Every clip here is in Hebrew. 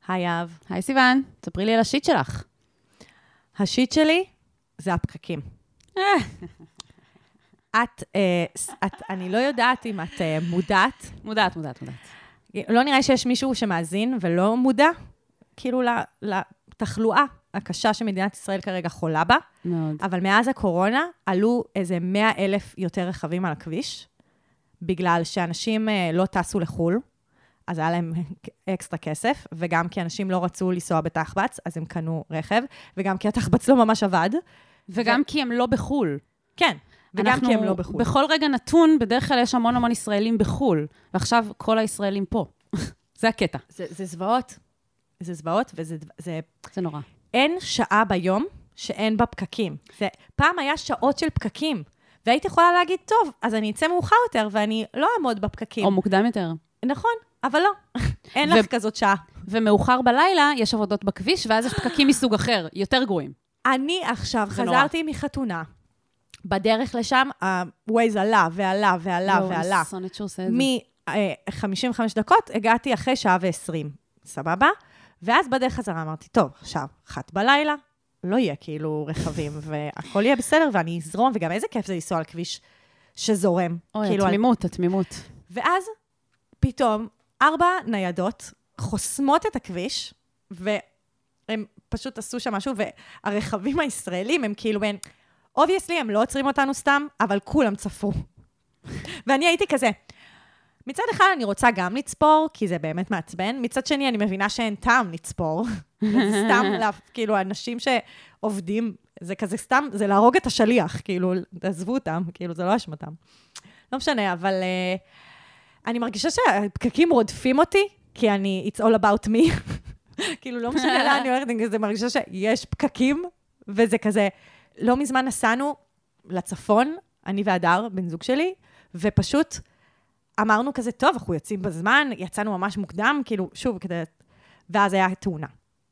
היי אב. היי סיוון, תספרי לי על השיט שלך. השיט שלי זה הפקקים. אני לא יודעת אם את מודעת. מודעת. לא נראה שיש מישהו שמאזין ולא מודע, כאילו לתחלואה הקשה שמדינת ישראל כרגע חולה בה. מאוד. אבל מאז הקורונה עלו איזה 100,000 יותר רכבים על הכביש, בגלל שאנשים לא טסו לחול, אז היה להם אקסטרה כסף, וגם כי אנשים לא רצו לנסוע בתחבץ, אז הם קנו רכב, וגם כי התחבץ לא ממש עבד. וגם כי הם לא בחול. כן, וגם כי הם לא בחול. בכל רגע נתון, בדרך כלל יש המון ישראלים בחול, ועכשיו כל הישראלים פה. זה הקטע. זה זוועות. זה זוועות, זה נורא. אין שעה ביום שאין בה פקקים. פעם היה שעות של פקקים, והייתי יכולה להגיד, טוב, אז אני אצא מאוחר יותר, ואני לא אעמוד בפקקים. או מוקדם יותר. נכון, אבל לא. אין לך כזאת שעה. ומאוחר בלילה יש עבודות בכביש, ואז יש פקקים מסוג אחר, יותר גרועים. אני עכשיו חזרתי מחתונה, בדרך לשם, הווייז עלה ועלה. סונט שעושה את זה. מ-55 דקות הגעתי אחרי שעה ו-20, סבבה? ואז בדרך חזרה אמרתי, טוב, עכשיו, 1 בלילה, לא יהיה כאילו רכבים, והכל יהיה בסדר, ואני אזרום, וגם איזה כיף זה לנסוע על כביש שזורם. אוי, כאילו התמימות. ואז פתאום 4 ניידות חוסמות את הכביש, והם פשוט עשו שם משהו, והרכבים הישראלים הם כאילו בין, obviously הם לא עוצרים אותנו סתם, אבל כולם צפו. ואני הייתי כזה, מצד אחד אני רוצה גם לצפור, כי זה באמת מעצבן, מצד שני אני מבינה שאין טעם לצפור, זה סתם, כאילו אנשים שעובדים, זה כזה סתם, זה להרוג את השליח, כאילו, תעזבו אותם, כאילו זה לא אשמתם. לא משנה, אבל אני מרגישה שהפקקים רודפים אותי, כי it's all about me. כאילו, לא משנה לה, אני הולכת, זה מרגישה שיש פקקים, וזה כזה, לא מזמן נסענו לצפון, אני והדר, בן זוג שלי, ופשוט אמרנו כזה, טוב, אנחנו יוצאים בזמן, יצאנו ממש מוקדם, כאילו, שוב, כדי, ואז היה תאונה.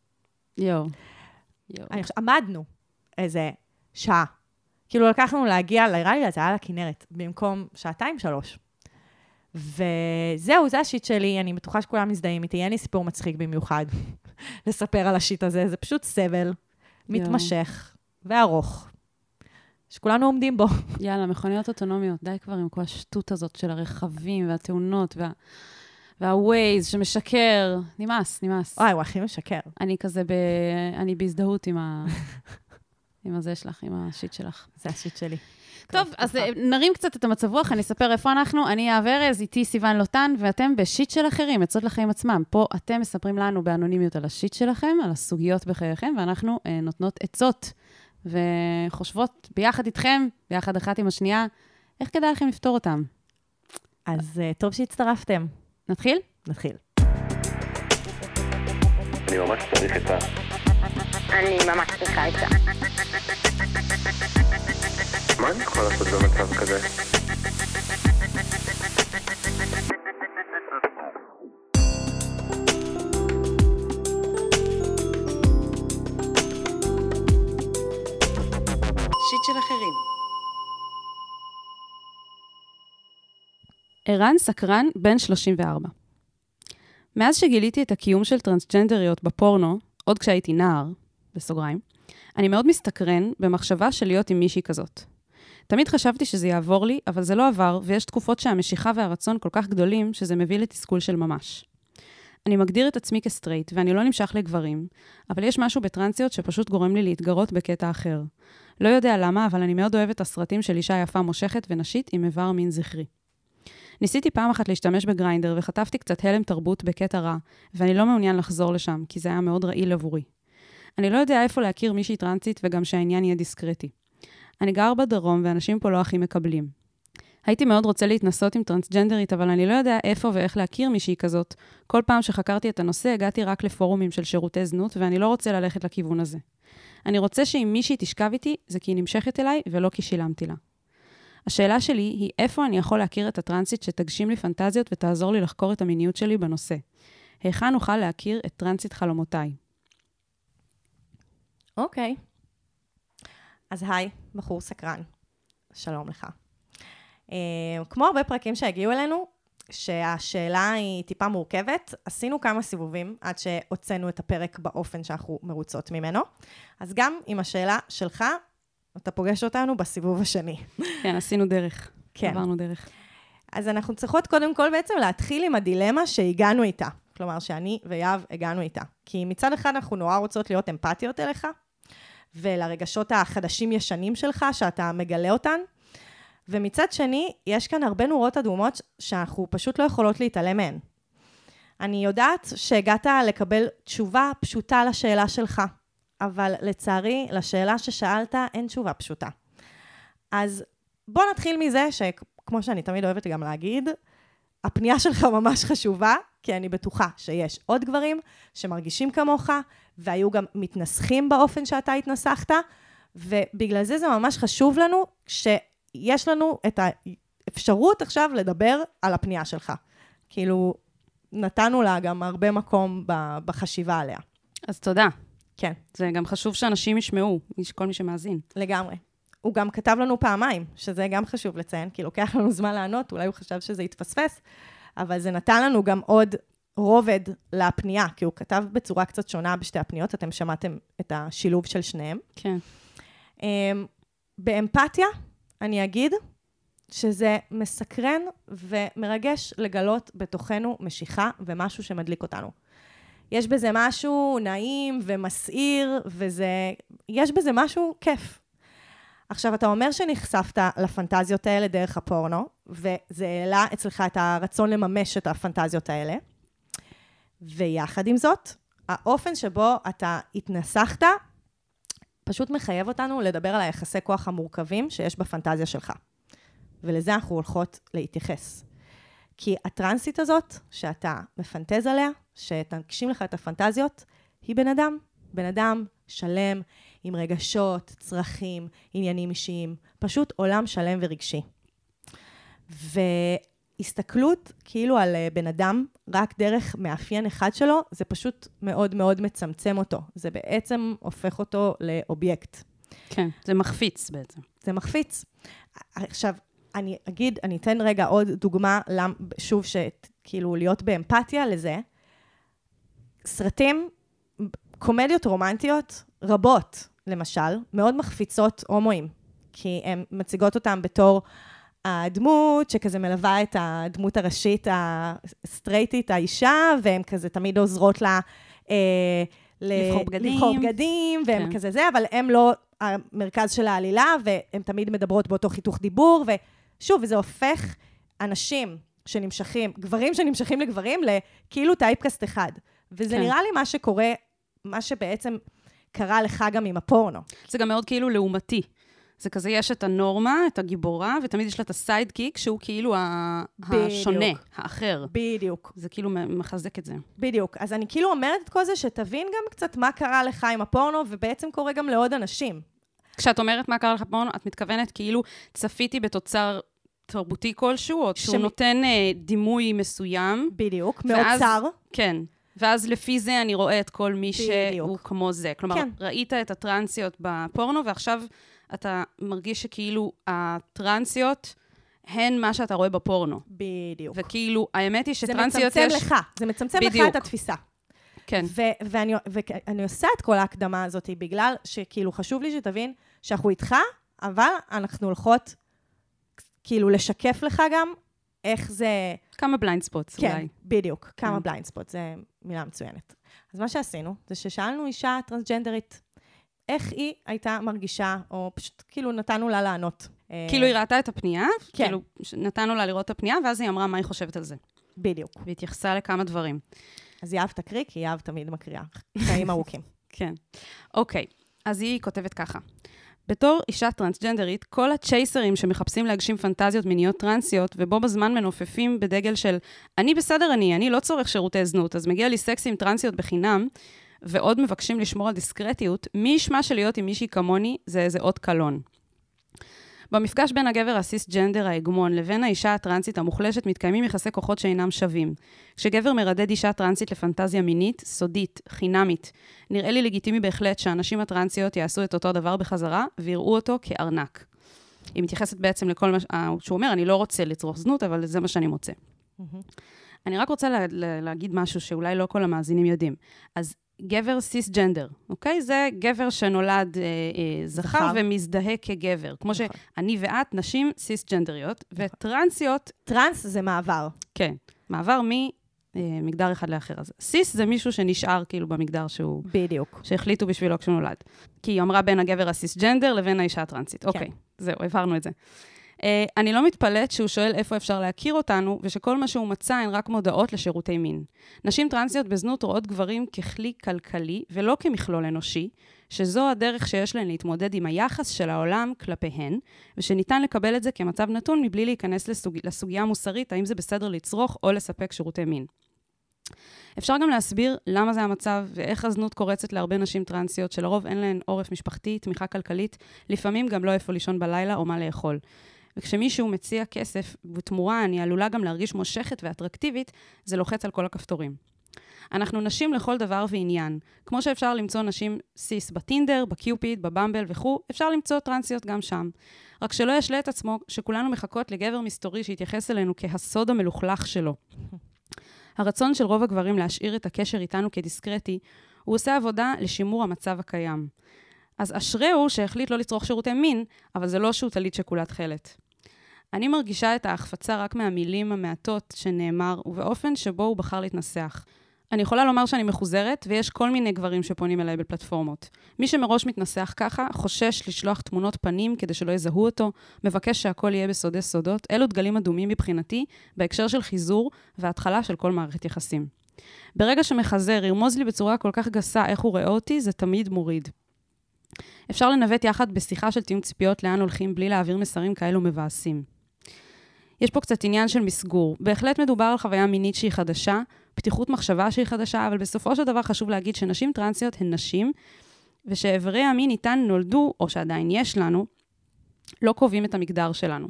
עמדנו איזה שעה. כאילו, לקחנו להגיע לרלי, אז היה לכנרת, במקום 2-3. וזהו, זה השיט שלי, אני בטוחה שכולם מזדהים איתי, אין לי סיפור מצחיק במיוחד לספר על השיט הזה, זה פשוט סבל, מתמשך וארוך, שכולנו עומדים בו. יאללה, מכוניות אוטונומיות, די כבר עם כל השטות הזאת של הרכבים והתאונות והווייז שמשקר, נמאס. וואי, הוא הכי משקר. אני כזה אני בהזדהות עם הזה שלך, עם השיט שלך. זה השיט שלי. טוב, אז נרים קצת את המצב רוח, אני אספר איפה אנחנו. אני אהב ארז, איתי סיוון לוטן, ואתם בשיט של אחרים, עצות לחיים עצמם. פה אתם מספרים לנו באנונימיות על השיט שלכם, על הסוגיות בחייכם, ואנחנו נותנות עצות, וחושבות ביחד איתכם, ביחד אחת עם השנייה, איך כדאי לכם לפתור אותם? אז טוב שהצטרפתם. נתחיל? נתחיל. אני ממש צריך עצה. אני ממש צריכה עצה. מה אני יכול לעשות במצב כזה? שיט של אחרים. ערן סקרן, בן 34. מאז שגיליתי את הקיום של טרנסג'נדריות בפורנו, עוד כשהייתי נער, בסוגריים, אני מאוד מסתקרן במחשבה של להיות עם מישהי כזאת. תמיד חשבתי שזה יעבור לי, אבל זה לא עבר, ויש תקופות שהמשיכה והרצון כל כך גדולים, שזה מביא לתסכול של ממש. אני מגדיר את עצמי כסטרייט, ואני לא נמשך לגברים, אבל יש משהו בטרנסיות שפשוט גורם לי להתגרות בקטע אחר. לא יודע למה, אבל אני מאוד אוהבת את הסרטים של אישה יפה מושכת ונשית עם איבר מין זכרי. ניסיתי פעם אחת להשתמש בגריינדר, וחטפתי קצת הלם תרבות בקטע רע, ואני לא מעוניין לחזור לשם, כי זה היה מאוד רעיל עבורי. אני לא יודע איפה להכיר מישהי טרנסית, וגם שהעניין יהיה דיסקרטי. אני גר בדרום, ואנשים פה לא הכי מקבלים. הייתי מאוד רוצה להתנסות עם טרנסג'נדרית, אבל אני לא יודע איפה ואיך להכיר מישהי כזאת. כל פעם שחקרתי את הנושא, הגעתי רק לפורומים של שירותי זנות, ואני לא רוצה ללכת לכיוון הזה. אני רוצה שאם מישהי תשכב איתי, זה כי היא נמשכת אליי, ולא כי שילמתי לה. השאלה שלי היא איפה אני יכול להכיר את הטרנסית שתגשים לי פנטזיות ותעזור לי לחקור את המיניות שלי בנושא. היכן נוכל להכיר את טרנסית חלומותיי? אוקיי. אז היי, בחור סקרן. שלום לך. כמו הרבה פרקים שהגיעו אלינו, שהשאלה היא טיפה מורכבת. עשינו כמה סיבובים עד שהוצאנו את הפרק באופן שאנחנו מרוצות ממנו. אז גם עם השאלה שלך, אתה פוגש אותנו בסיבוב השני. כן, עשינו דרך. כן. עברנו דרך. אז אנחנו צריכות קודם כל בעצם להתחיל עם הדילמה שהגענו איתה. כלומר, שאני ויאב הגענו איתה. כי מצד אחד אנחנו נורא רוצות להיות אמפתיות אליך, ולרגשות החדשים ישנים שלך, שאתה מגלה אותן. ומצד שני, יש כאן הרבה נורות אדומות שאנחנו פשוט לא יכולות להתעלם מהן. אני יודעת שהגעת לקבל תשובה פשוטה לשאלה שלך, אבל לצערי, לשאלה ששאלת אין תשובה פשוטה. אז בוא נתחיל מזה שכמו שאני תמיד אוהבת גם להגיד, הפנייה שלך ממש חשובה, כי אני בטוחה שיש עוד גברים שמרגישים כמוך, והיו גם מתנסחים באופן שאתה התנסחת, ובגלל זה זה ממש חשוב לנו שיש לנו את האפשרות עכשיו לדבר על הפנייה שלך. כאילו, נתנו לה גם הרבה מקום בחשיבה עליה. אז תודה. כן. זה גם חשוב שאנשים ישמעו, כל מי שמאזין. לגמרי. הוא גם כתב לנו פעמיים, שזה גם חשוב לציין, כי לוקח לנו זמן לענות, אולי הוא חשב שזה יתפספס, אבל זה נתן לנו גם עוד רובד לפנייה, כי הוא כתב בצורה קצת שונה בשתי הפניות, אתם שמעתם את השילוב של שניהם. כן. באמפתיה, אני אגיד שזה מסקרן ומרגש לגלות בתוכנו משיכה ומשהו שמדליק אותנו. יש בזה משהו נעים ומסעיר, יש בזה משהו כיף. עכשיו, אתה אומר שנחשפת לפנטזיות האלה דרך הפורנו, וזה העלה אצלך את הרצון לממש את הפנטזיות האלה. ויחד עם זאת, האופן שבו אתה התנסחת, פשוט מחייב אותנו לדבר על היחסי כוח המורכבים שיש בפנטזיה שלך. ולזה אנחנו הולכות להתייחס. כי הטרנסית הזאת, שאתה מפנטז עליה, שתנגשים לך את הפנטזיות, היא בן אדם שלם, עם רגשות, צרכים, עניינים אישיים, פשוט עולם שלם ורגשי. והסתכלות כאילו על בן אדם, רק דרך מאפיין אחד שלו, זה פשוט מאוד מאוד מצמצם אותו. זה בעצם הופך אותו לאובייקט. כן, זה מחפיץ בעצם. זה מחפיץ. עכשיו, אני אתן רגע עוד דוגמה, שוב, שכאילו להיות באמפתיה לזה. סרטים, קומדיות רומנטיות רבות, למשל, מאוד מחפיצות הומואים, כי הן מציגות אותם בתור הדמות שכזה מלווה את הדמות הראשית הסטרייטית, האישה, והן כזה תמיד עוזרות לה לבחור בגדים, והן כזה זה, אבל הן לא המרכז של העלילה, והן תמיד מדברות באותו חיתוך דיבור, ושוב, זה הופך אנשים שנמשכים, גברים שנמשכים לגברים, לכאילו טייפקאסט אחד. וזה נראה לי מה שקורה, מה שבעצם קרה לך גם עם הפורנו. זה גם מאוד כאילו לעומתי. זה כזה, יש את הנורמה, את הגיבורה, ותמיד יש לה את הסיידקיק, שהוא כאילו השונה, האחר. בדיוק. זה כאילו מחזק את זה. בדיוק. אז אני כאילו אומרת את כל זה, שתבין גם קצת מה קרה לך עם הפורנו, ובעצם קורה גם לעוד אנשים. כשאת אומרת מה קרה לך בפורנו, את מתכוונת כאילו צפיתי בתוצר תרבותי כלשהו, או שהוא נותן דימוי מסוים. בדיוק, מאוד צר. כן. ואז לפי זה אני רואה את כל מי שהוא כמו זה. כלומר, ראית את הטרנסיות בפורנו, ועכשיו אתה מרגיש שכאילו הטרנסיות הן מה שאתה רואה בפורנו. בדיוק. וכאילו, האמת היא שטרנסיות זה מצמצם לך את התפיסה. כן. ואני עושה את כל ההקדמה הזאת, בגלל שכאילו חשוב לי שתבין שאנחנו איתך, אבל אנחנו הולכות כאילו לשקף לך גם איך זה... כמה בליינד ספוטס, כן, אולי. בדיוק, כמה בליינד ספוטס, זה מילה מצוינת. אז מה שעשינו, זה ששאלנו אישה טרנסג'נדרית, איך היא הייתה מרגישה, או פשוט כאילו נתנו לה לענות. כאילו היא ראתה את הפנייה, כן. כאילו נתנו לה לראות את הפנייה, ואז היא אמרה מה היא חושבת על זה. בדיוק. והתייחסה לכמה דברים. אז יאהב תקריא, כי יאהב תמיד מקריאה. חיים ארוכים. כן. אוקיי, אז היא כותבת ככה. בתור אישה טרנסג'נדרית, כל הצ'ייסרים שמחפשים להגשים פנטזיות מיניות טרנסיות, ובו בזמן מנופפים בדגל של אני בסדר אני לא צורך שירותי זנות, אז מגיע לי סקס עם טרנסיות בחינם, ועוד מבקשים לשמור על דיסקרטיות, מי ישמע שלהיות עם מישהי כמוני זה איזה עוד קלון. במפגש בין הגבר הסיסג'נדר ההגמון לבין האישה הטרנסית המוחלשת מתקיימים יחסי כוחות שאינם שווים. כשגבר מרדד אישה טרנסית לפנטזיה מינית, סודית, חינמית, נראה לי לגיטימי בהחלט שהאנשים הטרנסיות יעשו את אותו דבר בחזרה ויראו אותו כארנק. היא מתייחסת בעצם לכל מה שהוא אומר, אני לא רוצה לצרוך זנות, אבל זה מה שאני מוצא. אני רק רוצה להגיד משהו שאולי לא כל המאזינים יודעים. אז גבר סיסג'נדר, אוקיי? זה גבר שנולד זכר ומזדהה כגבר. כמו שאני ואת, נשים סיסג'נדריות, וטרנסיות... טרנס זה מעבר. כן, מעבר ממגדר אחד לאחר. אז סיס זה מישהו שנשאר כאילו במגדר שהוא... בדיוק. שהחליטו בשבילו כשהוא נולד. כי היא אמרה בין הגבר הסיסג'נדר לבין האישה הטרנסית. אוקיי, זהו, הבהרנו את זה. אני לא מתפלאת שהוא שואל איפה אפשר להכיר אותנו, ושכל מה שהוא מצא הן רק מודעות לשירותי מין. נשים טרנסיות בזנות רואות גברים ככלי כלכלי, ולא כמכלול אנושי, שזו הדרך שיש להן להתמודד עם היחס של העולם כלפיהן, ושניתן לקבל את זה כמצב נתון מבלי להיכנס לסוגיה המוסרית, האם זה בסדר לצרוך או לספק שירותי מין. אפשר גם להסביר למה זה המצב, ואיך הזנות קורצת להרבה נשים טרנסיות, שלרוב אין להן עורף משפחתי, תמיכה כלכלית, לפעמים גם לא איפה לישון בלילה או מה לאכול. וכשמישהו מציע כסף בתמורה, אני עלולה גם להרגיש מושכת ואטרקטיבית, זה לוחץ על כל הכפתורים. אנחנו נשים לכל דבר ועניין. כמו שאפשר למצוא נשים סיס בטינדר, בקיופיד, בבמבל וכו', אפשר למצוא טרנסיות גם שם. רק שלא ישלה את עצמו שכולנו מחכות לגבר מסתורי שיתייחס אלינו כהסוד המלוכלך שלו. הרצון של רוב הגברים להשאיר את הקשר איתנו כדיסקרטי, הוא עושה עבודה לשימור המצב הקיים. אז אשריהו שהחליט לא לצרוך שירותי מין, אבל זה לא שהוא טלית שכולה תכלת. אני מרגישה את ההחפצה רק מהמילים המעטות שנאמר, ובאופן שבו הוא בחר להתנסח. אני יכולה לומר שאני מחוזרת, ויש כל מיני גברים שפונים אליי בפלטפורמות. מי שמראש מתנסח ככה, חושש לשלוח תמונות פנים כדי שלא יזהו אותו, מבקש שהכל יהיה בסודי סודות, אלו דגלים אדומים מבחינתי, בהקשר של חיזור וההתחלה של כל מערכת יחסים. ברגע שמחזר ירמוז לי בצורה כל כך גסה איך הוא רואה אותי, זה תמיד מוריד. אפשר לנווט יחד בשיחה של תיאום ציפיות לאן הולכים בלי להעביר מסרים כאלו מבאסים. יש פה קצת עניין של מסגור. בהחלט מדובר על חוויה מינית שהיא חדשה, פתיחות מחשבה שהיא חדשה, אבל בסופו של דבר חשוב להגיד שנשים טרנסיות הן נשים, ושאיברי המין איתן נולדו, או שעדיין יש לנו, לא קובעים את המגדר שלנו.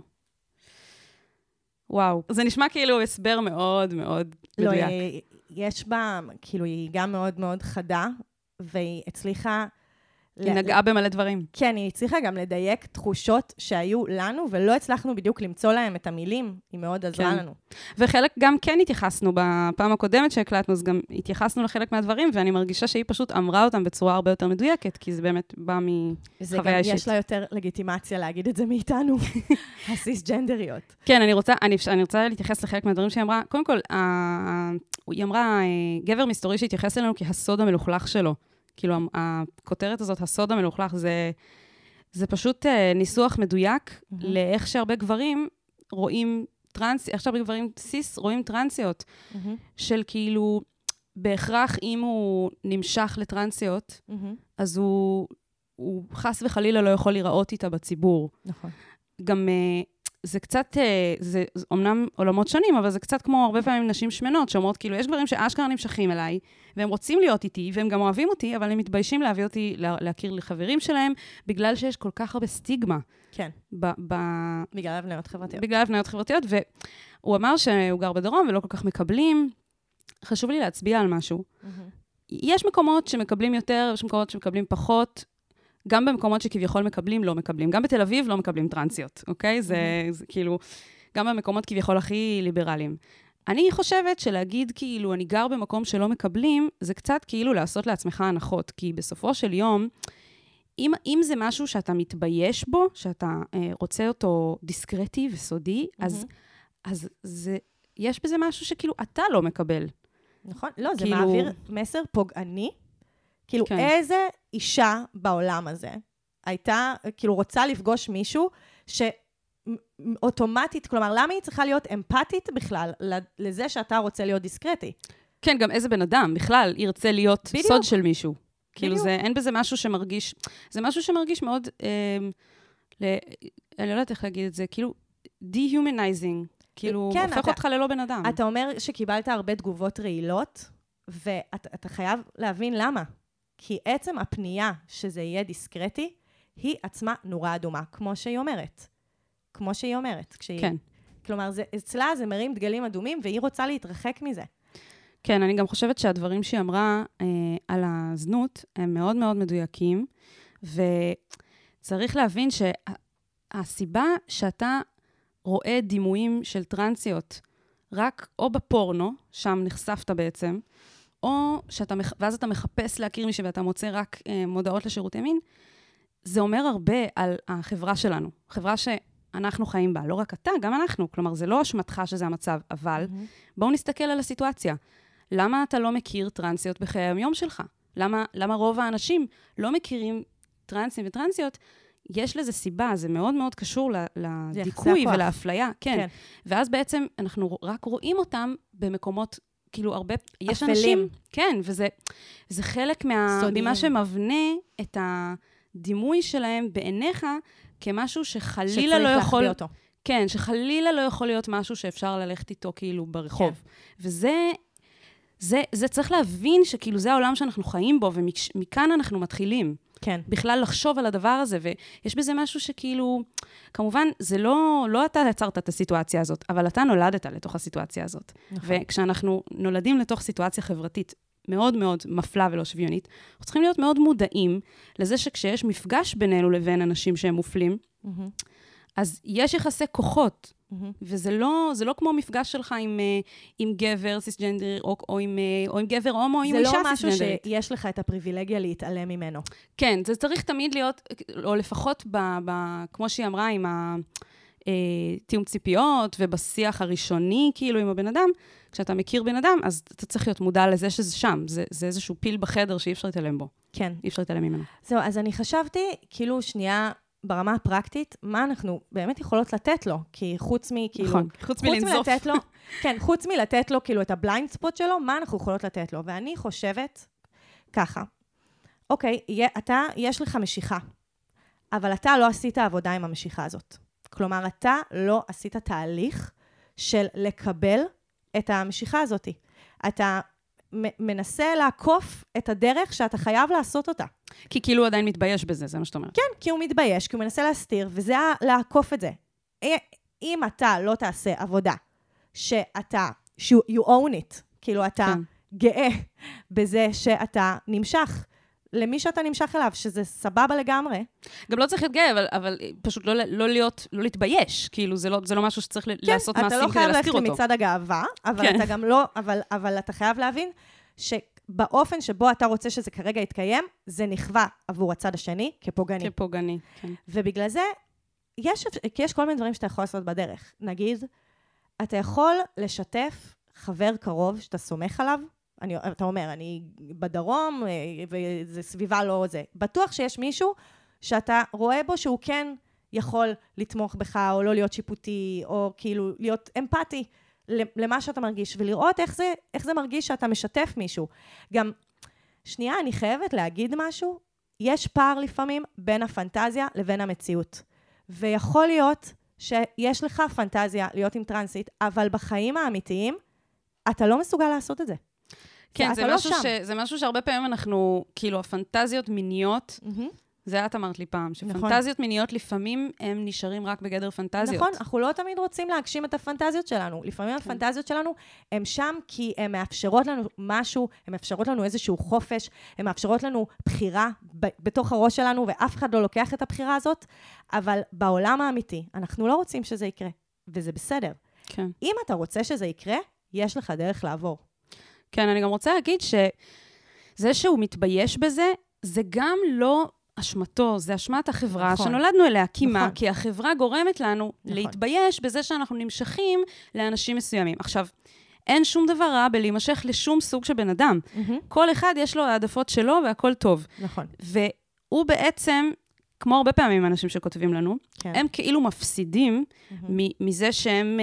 וואו, זה נשמע כאילו הסבר מאוד מאוד מדויק. לא, יש בה, כאילו היא גם מאוד מאוד חדה, והיא הצליחה... היא נגעה במלא דברים. כן, היא הצליחה גם לדייק תחושות שהיו לנו, ולא הצלחנו בדיוק למצוא להם את המילים, היא מאוד עזרה לנו. וחלק גם כן התייחסנו בפעם הקודמת שהקלטנו, אז גם התייחסנו לחלק מהדברים, ואני מרגישה שהיא פשוט אמרה אותם בצורה הרבה יותר מדויקת, כי זה באמת בא מחוויה אישית. יש לה יותר לגיטימציה להגיד את זה מאיתנו, הסיסג'נדריות. כן, אני רוצה להתייחס לחלק מהדברים שהיא אמרה. קודם כל, היא אמרה, גבר מסתורי שהתייחס אלינו כהסוד המלוכלך שלו. כאילו, הכותרת הזאת, הסוד המלוכלך, זה פשוט ניסוח מדויק לאיך שהרבה גברים רואים איך שהרבה גברים סיס רואים טרנסיות, של כאילו, בהכרח אם הוא נמשך לטרנסיות, אז הוא חס וחלילה לא יכול לראות איתה בציבור. נכון. גם זה קצת, זה אומנם עולמות שונים, אבל זה קצת כמו הרבה פעמים נשים שמנות, שאומרות, כאילו, יש גברים שאשכרה נמשכים אליי, והם רוצים להיות איתי, והם גם אוהבים אותי, אבל הם מתביישים להביא אותי, להכיר לחברים שלהם, בגלל שיש כל כך הרבה סטיגמה. כן. בגלל הבניות חברתיות. בגלל הבניות חברתיות, והוא אמר שהוא גר בדרום, ולא כל כך מקבלים. חשוב לי להצביע על משהו. יש מקומות שמקבלים יותר, יש מקומות שמקבלים פחות, גם במקומות שכביכול מקבלים, לא מקבלים. גם בתל אביב לא מקבלים טרנסיות, אוקיי? זה כאילו, גם במקומות כביכול הכי ליברליים. אני חושבת שלהגיד כאילו, אני גר במקום שלא מקבלים, זה קצת כאילו לעשות לעצמך הנחות, כי בסופו של יום, אם זה משהו שאתה מתבייש בו, שאתה רוצה אותו דיסקרטי וסודי, אז יש בזה משהו שכאילו אתה לא מקבל. נכון? לא, זה מעביר מסר פוגעני, כאילו, איזה אישה בעולם הזה הייתה, כאילו, רוצה לפגוש מישהו שאוטומטית, כלומר, למה היא צריכה להיות אמפתית בכלל לזה שאתה רוצה להיות דיסקרטי? כן, גם איזה בן אדם בכלל ירצה להיות סוד של מישהו. כאילו, אין בזה משהו שמרגיש, זה משהו שמרגיש מאוד, אני לא יודעת איך להגיד את זה, כאילו, dehumanizing, כאילו, הופך אותך ללא בן אדם. אתה אומר שקיבלת הרבה תגובות רעילות, ואתה חייב להבין למה. כי עצם הפנייה שזה יהיה דיסקרטי, היא עצמה נורה אדומה, כמו שהיא אומרת. כמו שהיא אומרת. כן. כלומר, אצלה זה מרים דגלים אדומים, והיא רוצה להתרחק מזה. כן, אני גם חושבת שהדברים שהיא אמרה על הזנות, הם מאוד מאוד מדויקים, וצריך להבין שהסיבה שאתה רואה דימויים של טרנסיות רק או בפורנו, שם נחשפת בעצם, או ואז אתה מחפש להכיר מישהו ואתה מוצא רק מודעות לשירותי מין, זה אומר הרבה על החברה שלנו, חברה שאנחנו חיים בה, לא רק אתה, גם אנחנו, כלומר, זה לא אשמתך שזה המצב, אבל בואו נסתכל על הסיטואציה. למה אתה לא מכיר טרנסיות בחיי היום שלך? למה רוב האנשים לא מכירים טרנסים וטרנסיות? יש לזה סיבה, זה מאוד מאוד קשור לדיכוי ולאפליה. כן. ואז בעצם אנחנו רק רואים אותם במקומות, כאילו הרבה, יש אנשים, כן, וזה חלק ממה שמבנה את הדימוי שלהם בעיניך, כמשהו שחלילה לא יכול... להחביא אותו. כן, שחלילה לא יכול להיות משהו שאפשר ללכת איתו כאילו ברחוב. כן. וזה צריך להבין שכאילו זה העולם שאנחנו חיים בו, ומכאן אנחנו מתחילים. כן. בכלל לחשוב על הדבר הזה, ויש בזה משהו שכאילו, כמובן, זה לא אתה יצרת את הסיטואציה הזאת, אבל אתה נולדת לתוך הסיטואציה הזאת. נכון. וכשאנחנו נולדים לתוך סיטואציה חברתית מאוד מאוד מפלה ולא שוויונית, אנחנו צריכים להיות מאוד מודעים לזה שכשיש מפגש בינינו לבין אנשים שהם מופלים, אז יש יחסי כוחות, וזה לא כמו מפגש שלך עם גבר סיסג'נדר, או עם גבר הומו, או עם אישה סיסג'נדרית. זה לא משהו שיש לך את הפריבילגיה להתעלם ממנו. כן, זה צריך תמיד להיות, או לפחות כמו שהיא אמרה, עם תיאום ציפיות, ובשיח הראשוני, כאילו, עם הבן אדם, כשאתה מכיר בן אדם, אז אתה צריך להיות מודע לזה שזה שם, זה איזשהו פיל בחדר שאי אפשר להתעלם בו. כן. אי אפשר להתעלם ממנו. זהו, אז אני חשבתי, כאילו, שנייה, ברמה הפרקטית, מה אנחנו באמת יכולות לתת לו? כי חוץ מלנזוף. כן, חוץ מלתת לו כאילו את הבליינד ספוט שלו, מה אנחנו יכולות לתת לו? ואני חושבת ככה, אוקיי, יש לך משיכה, אבל אתה לא עשית עבודה עם המשיכה הזאת. כלומר, אתה לא עשית תהליך של לקבל את המשיכה הזאת. אתה מנסה לעקוף את הדרך שאתה חייב לעשות אותה. כי כאילו הוא עדיין מתבייש בזה, זה מה שאת אומרת. כן, כי הוא מתבייש, כי הוא מנסה להסתיר, וזה לעקוף את זה. אם אתה לא תעשה עבודה, you own it, כאילו אתה גאה בזה שאתה נמשך, למי שאתה נמשך אליו, שזה סבבה לגמרי. גם לא צריך להיות גאה, אבל פשוט לא להתבייש, כאילו זה לא משהו שצריך לעשות מעשים כדי להסתיר אותו. כן, אתה לא חייב ללכת מצד הגאווה, אבל אתה גם לא, אבל אתה חייב להבין שבאופן שבו אתה רוצה שזה כרגע יתקיים, זה נכווה עבור הצד השני כפוגעני. כפוגעני, כן. ובגלל זה, יש כל מיני דברים שאתה יכול לעשות בדרך. נגיד, אתה יכול לשתף חבר קרוב שאתה סומך עליו, אתה אומר, אני בדרום, וזה סביבה לא זה. בטוח שיש מישהו שאתה רואה בו שהוא כן יכול לתמוך בך, או לא להיות שיפוטי, או כאילו להיות אמפתי למה שאתה מרגיש, ולראות איך זה מרגיש שאתה משתף מישהו. גם, שנייה, אני חייבת להגיד משהו, יש פער לפעמים בין הפנטזיה לבין המציאות. ויכול להיות שיש לך פנטזיה להיות עם טרנסית, אבל בחיים האמיתיים, אתה לא מסוגל לעשות את זה. כן, זה משהו שהרבה פעמים אנחנו, כאילו, הפנטזיות מיניות, זה את אמרת לי פעם, שפנטזיות מיניות לפעמים הם נשארים רק בגדר פנטזיות. נכון, אנחנו לא תמיד רוצים להגשים את הפנטזיות שלנו. לפעמים הפנטזיות שלנו הם שם כי הן מאפשרות לנו משהו, הן מאפשרות לנו איזשהו חופש, הן מאפשרות לנו בחירה בתוך הראש שלנו, ואף אחד לא לוקח את הבחירה הזאת, אבל בעולם האמיתי, אנחנו לא רוצים שזה יקרה, וזה בסדר. כן. אם אתה רוצה שזה יקרה, יש לך דרך לעבור. כן, אני גם רוצה להגיד שזה שהוא מתבייש בזה, זה גם לא אשמתו, זה אשמת החברה נכון. שנולדנו אליה. כי מה? כי החברה גורמת לנו נכון. להתבייש בזה שאנחנו נמשכים לאנשים מסוימים. עכשיו, אין שום דבר רע בלהימשך לשום סוג של בן אדם. כל אחד יש לו העדפות שלו והכל טוב. נכון. והוא בעצם, כמו הרבה פעמים אנשים שכותבים לנו, כן. הם כאילו מפסידים מזה שהם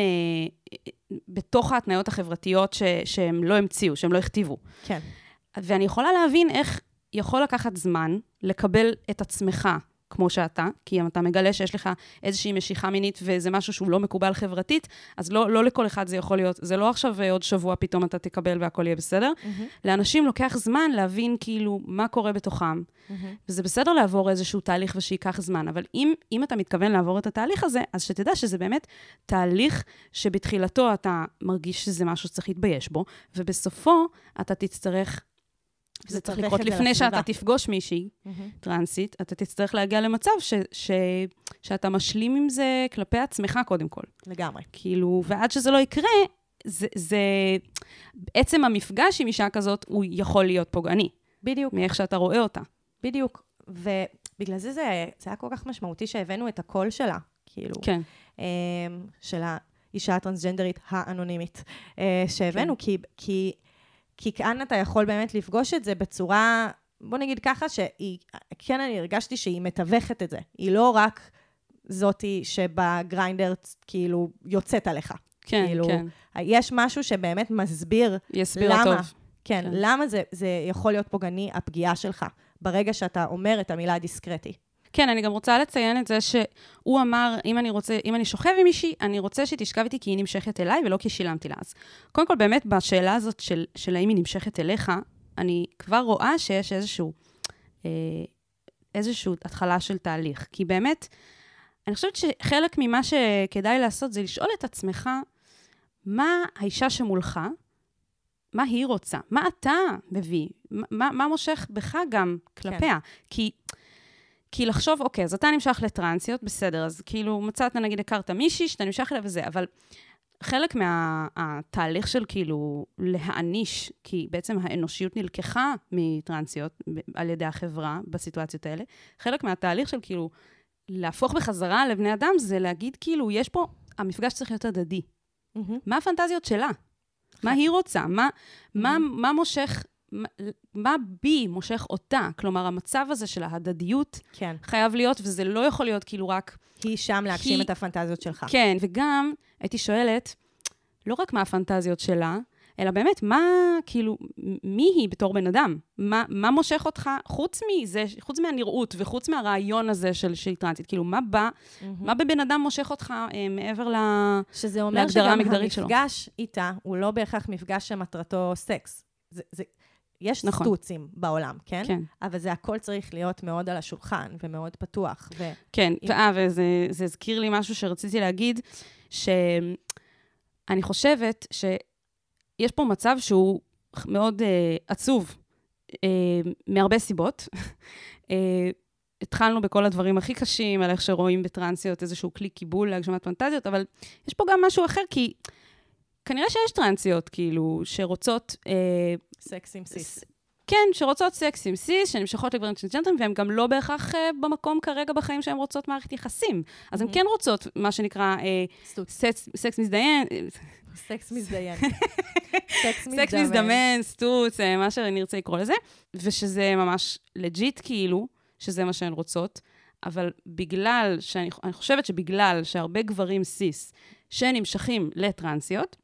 בתוך ההתניות החברתיות שהם לא המציאו, שהם לא הכתיבו. כן. ואני יכולה להבין איך יכול לקחת זמן לקבל את עצמך כמו שאתה, כי אם אתה מגלה שיש לך איזושהי משיכה מינית וזה משהו שהוא לא מקובל חברתית, אז לא לכל אחד זה יכול להיות, זה לא עכשיו עוד שבוע פתאום אתה תקבל והכל יהיה בסדר. לאנשים לוקח זמן להבין כאילו מה קורה בתוכם, וזה בסדר לעבור איזשהו תהליך ושיקח זמן, אבל אם אתה מתכוון לעבור את התהליך הזה, אז שתדע שזה באמת תהליך שבתחילתו אתה מרגיש שזה משהו שצריך להתבייש בו, ובסופו אתה תצטרך וזה צריך לקרות לפני שאתה תפגוש מישהי טרנסית, אתה תצטרך להגיע למצב שאתה משלים עם זה כלפי עצמך קודם כל. לגמרי. כאילו, ועד שזה לא יקרה, עצם המפגש עם אישה כזאת, הוא יכול להיות פוגעני. בדיוק. מאיך שאתה רואה אותה. בדיוק. ובגלל זה היה כל כך משמעותי שהבאנו את הקול שלה, כאילו. כן. של האישה הטרנסג'נדרית האנונימית, שהבאנו, כי כאן אתה יכול באמת לפגוש את זה בצורה, בוא נגיד ככה, כן אני הרגשתי שהיא מתווכת את זה. היא לא רק זאתי שבגריינדר כאילו יוצאת עליך. כן, כאילו, כן. יש משהו שבאמת מסביר יסביר טוב. כן, למה זה יכול להיות פוגעני הפגיעה שלך, ברגע שאתה אומר את המילה דיסקרטי. כן, אני גם רוצה לציין את זה שהוא אמר, אם אני שוכב עם מישהי, אני רוצה שתשכב איתי כי היא נמשכת אליי, ולא כי שילמתי לה. אז קודם כל, באמת, בשאלה הזאת של האם היא נמשכת אליך, אני כבר רואה שיש איזשהו התחלה של תהליך. כי באמת, אני חושבת שחלק ממה שכדאי לעשות זה לשאול את עצמך, מה האישה שמולך, מה היא רוצה? מה אתה מביא? מה מושך בך גם כלפיה? כן. כי לחשוב, אוקיי, אז אתה נמשך לטרנסיות, בסדר, אז כאילו מצאת, נגיד, הכרת מישהי שאתה נמשך אליה וזה, אבל חלק מהתהליך של כאילו להעניש, כי בעצם האנושיות נלקחה מטרנסיות על ידי החברה בסיטואציות האלה, חלק מהתהליך של כאילו להפוך בחזרה לבני אדם, זה להגיד כאילו, יש פה, המפגש צריך להיות הדדי. מה הפנטזיות שלה? מה היא רוצה? מה מושך, מה בי מושך אותה? כלומר, המצב הזה של ההדדיות חייב להיות, וזה לא יכול להיות כאילו רק... היא שם להגשים את הפנטזיות שלך. כן, וגם הייתי שואלת, לא רק מה הפנטזיות שלה, אלא באמת, מה, כאילו, מי היא בתור בן אדם? מה מושך אותך, חוץ מזה, חוץ מהנראות, וחוץ מהרעיון הזה של טרנסית? כאילו, מה בבן אדם מושך אותך מעבר להגדרה המגדרית שלו? שזה אומר שגם המפגש איתה, הוא לא בהכרח מפגש שמטרתו סקס. יש סטוצים בעולם, כן? כן. אבל זה הכל צריך להיות מאוד על השולחן, ומאוד פתוח. כן, וזה הזכיר לי משהו שרציתי להגיד, שאני חושבת יש פה מצב שהוא מאוד עצוב, מהרבה סיבות. התחלנו בכל הדברים הכי קשים, על איך שרואים בטרנסיות איזשהו כלי קיבול להגשמת פנטזיות, אבל יש פה גם משהו אחר, כי כנראה שיש טרנסיות, כאילו, שרוצות... סקס עם סיס. כן, שרוצות סקס עם סיס, שנמשכות לגברים טרנסג'נדרים, והן גם לא בהכרח במקום כרגע בחיים שהן רוצות מערכת יחסים. אז הן כן רוצות מה שנקרא סקס מזדיין. סקס מזדיין. סקס מזדמן, סטוץ, מה שנרצה לקרוא לזה, ושזה ממש לג'יט כאילו, שזה מה שהן רוצות, אבל בגלל, אני חושבת שבגלל שהרבה גברים סיס שנמשכים לטרנסיות,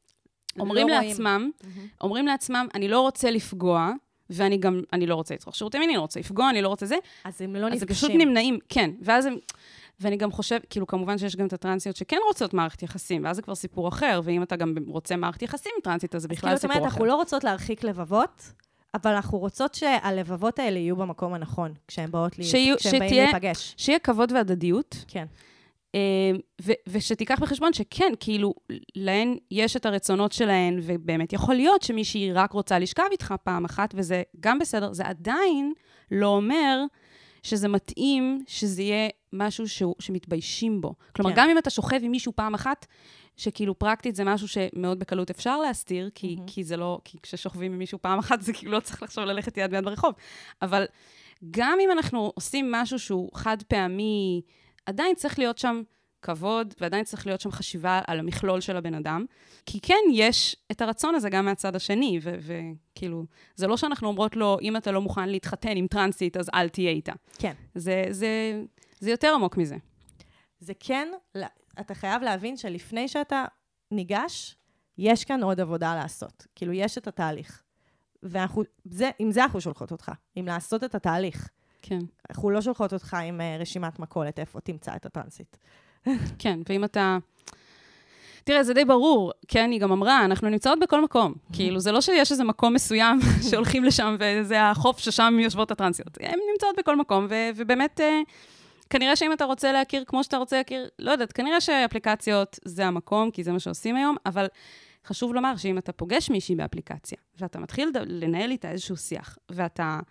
אומרים לעצמם, אני לא רוצה לפגוע, ואני גם, אני לא רוצה לצרוך שירותי מיני, אני לא רוצה לפגוע, אני לא רוצה זה. אז הם לא נפגשים. אז הם פשוט נמנעים, כן, ואז הם... ואני גם חושב, כאילו, כמובן שיש גם את הטרנסיות שכן רוצות מערכת יחסים, ואז זה כבר סיפור אחר, ואם אתה גם רוצה מערכת יחסים טרנסית, אז זה בכלל סיפור אחר. זאת אומרת, אנחנו לא רוצות להרחיק לבבות, אבל אנחנו רוצות שהלבבות האלה יהיו במקום הנכון, כשהם באים להיפגש. שיהיה כבוד והדדיות. כן. ושתיקח בחשבון שכן, כאילו, להן יש את הרצונות שלהן, ובאמת יכול להיות שמישהי רק רוצה לשכב איתך פעם אחת, וזה גם בסדר, זה עדיין לא אומר שזה מתאים, שזה יהיה משהו שמתביישים בו. כלומר, גם אם אתה שוכב עם מישהו פעם אחת, שכאילו פרקטית זה משהו שמאוד בקלות אפשר להסתיר, כי זה לא, כי כששוכבים עם מישהו פעם אחת, זה כאילו לא צריך לחשוב ללכת יד ביד ברחוב. אבל גם אם אנחנו עושים משהו שהוא חד פעמי, עדיין צריך להיות שם כבוד, ועדיין צריך להיות שם חשיבה על המכלול של הבן אדם, כי כן, יש את הרצון הזה גם מהצד השני, וכאילו, זה לא שאנחנו אומרות לו, אם אתה לא מוכן להתחתן עם טרנסית, אז אל תהיה איתה. כן. זה יותר עמוק מזה. זה כן, אתה חייב להבין שלפני שאתה ניגש, יש כאן עוד עבודה לעשות. כאילו, יש את התהליך. עם זה אנחנו שולחות אותך, עם לעשות את התהליך. כן. אנחנו לא שולחות אותך עם רשימת מכולת, איפה תמצא את הטרנסית. כן, ואם אתה... תראה, זה די ברור, כן, היא גם אמרה, אנחנו נמצאות בכל מקום. כאילו, זה לא שיש איזה מקום מסוים שהולכים לשם, וזה החוף ששם יושבות הטרנסיות. הן נמצאות בכל מקום, ובאמת, כנראה שאם אתה רוצה להכיר כמו שאתה רוצה להכיר, לא יודעת, כנראה שאפליקציות זה המקום, כי זה מה שעושים היום, אבל חשוב לומר שאם אתה פוגש מישהי באפליקציה, ואתה מתחיל לנהל איתה איזשהו שיח, ואתה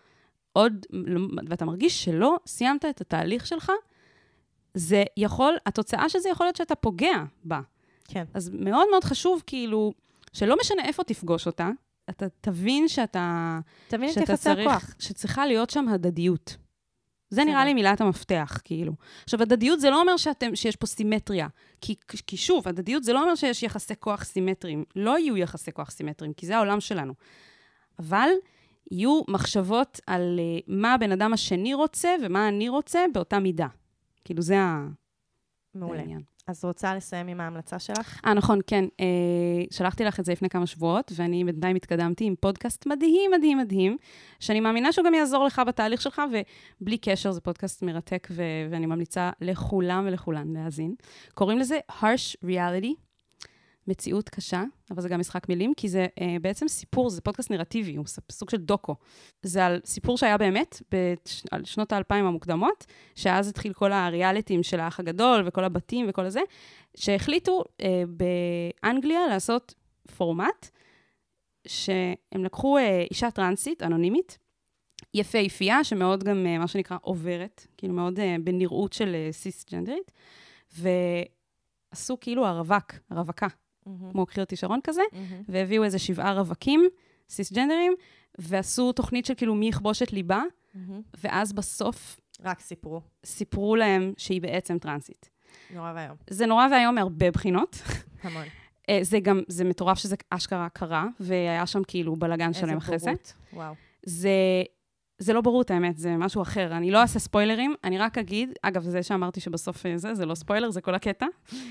מרגיש שלא סיימת את התהליך שלך, זה יכול, התוצאה של זה יכול להיות שאתה פוגע בה. כן. אז מאוד מאוד חשוב, כאילו, שלא משנה איפה תפגוש אותה, אתה תבין שאתה... תבין את יחסי הכוח. שצריכה להיות שם הדדיות. זה נראה לי מילת המפתח, כאילו. עכשיו, הדדיות זה לא אומר שיש פה סימטריה. כי שוב, הדדיות זה לא אומר שיש יחסי כוח סימטריים. לא יהיו יחסי כוח סימטריים, כי זה העולם שלנו. אבל יהיו מחשבות על מה הבן אדם השני רוצה ומה אני רוצה באותה מידה. כאילו, זה מעולה. העניין. אז רוצה לסיים עם ההמלצה שלך? נכון, כן. שלחתי לך את זה לפני כמה שבועות, ואני בינתיים התקדמתי עם פודקאסט מדהים, מדהים, מדהים, שאני מאמינה שהוא גם יעזור לך בתהליך שלך, ובלי קשר, זה פודקאסט מרתק, ואני ממליצה לכולם ולכולן להאזין. קוראים לזה Harsh Reality, מציאות קשה, אבל זה גם משחק מילים, כי זה בעצם סיפור, זה פודקאסט נרטיבי, הוא סוג של דוקו. זה על סיפור שהיה באמת, על שנות ה-2000 המוקדמות, שאז התחיל כל הריאליטים של האח הגדול, וכל הבתים וכל הזה, שהחליטו באנגליה לעשות פורמט, שהם לקחו אישה טרנסית, אנונימית, יפהפייה, שמאוד גם, מה שנקרא, עוברת, כאילו מאוד בנראות של סיסג'נדרית, ועשו כאילו הרווקה. כמו קחי אותי שרון כזה, והביאו איזה 7 רווקים, סיסג'נדרים, ועשו תוכנית של כאילו מי יכבוש את ליבה, ואז בסוף... רק סיפרו להם שהיא בעצם טרנסית. נורא והיום. זה נורא והיום מהרבה בחינות. המון. זה מטורף שזה אשכרה קרה, והיה שם כאילו בלגן שלהם אחרי זה. איזה בורות, וואו. זה לא בורות, האמת, זה משהו אחר. אני לא אעשה ספוילרים, אני רק אגיד, אגב, זה שאמרתי שבסוף זה לא ספוילר, זה כל הקטע,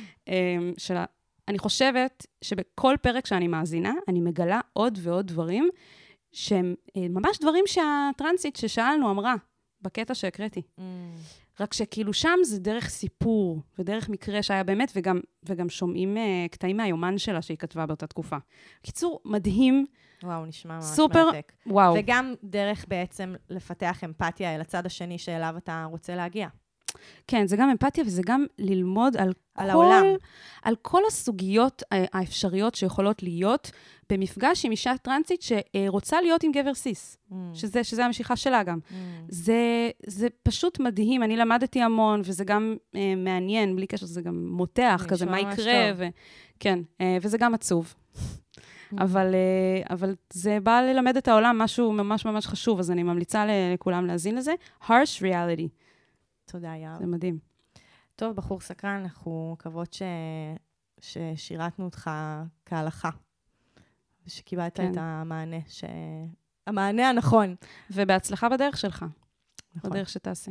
אני חושבת שבכל פרק שאני מאזינה, אני מגלה עוד ועוד דברים, שהם ממש דברים שהטרנסית ששאלנו אמרה, בקטע שהקראתי. רק שכאילו שם זה דרך סיפור, ודרך מקרה שהיה באמת, וגם שומעים קטעים מהיומן שלה שהיא כתבה באותה תקופה. קיצור, מדהים. וואו, נשמע ממש סופר, מרתק. וואו. וגם דרך בעצם לפתח אמפתיה אל הצד השני שאליו אתה רוצה להגיע. כן, זה גם אמפתיה, וזה גם ללמוד על כל הסוגיות האפשריות שיכולות להיות במפגש עם אישה טרנסית שרוצה להיות עם גבר סיס, שזה המשיכה שלה גם. זה פשוט מדהים, אני למדתי המון, וזה גם מעניין, בלי קשר, זה גם מותח, כזה מה יקרה, כן, וזה גם עצוב. אבל זה בא ללמד את העולם משהו ממש ממש חשוב, אז אני ממליצה לכולם להזין לזה. Harsh Reality. תודה, יער. זה מדהים. טוב, בחור סקרן, אנחנו מקוות ששירתנו אותך כהלכה, ושקיבלת את המענה, המענה הנכון. ובהצלחה בדרך שלך. נכון. בדרך שתעשה.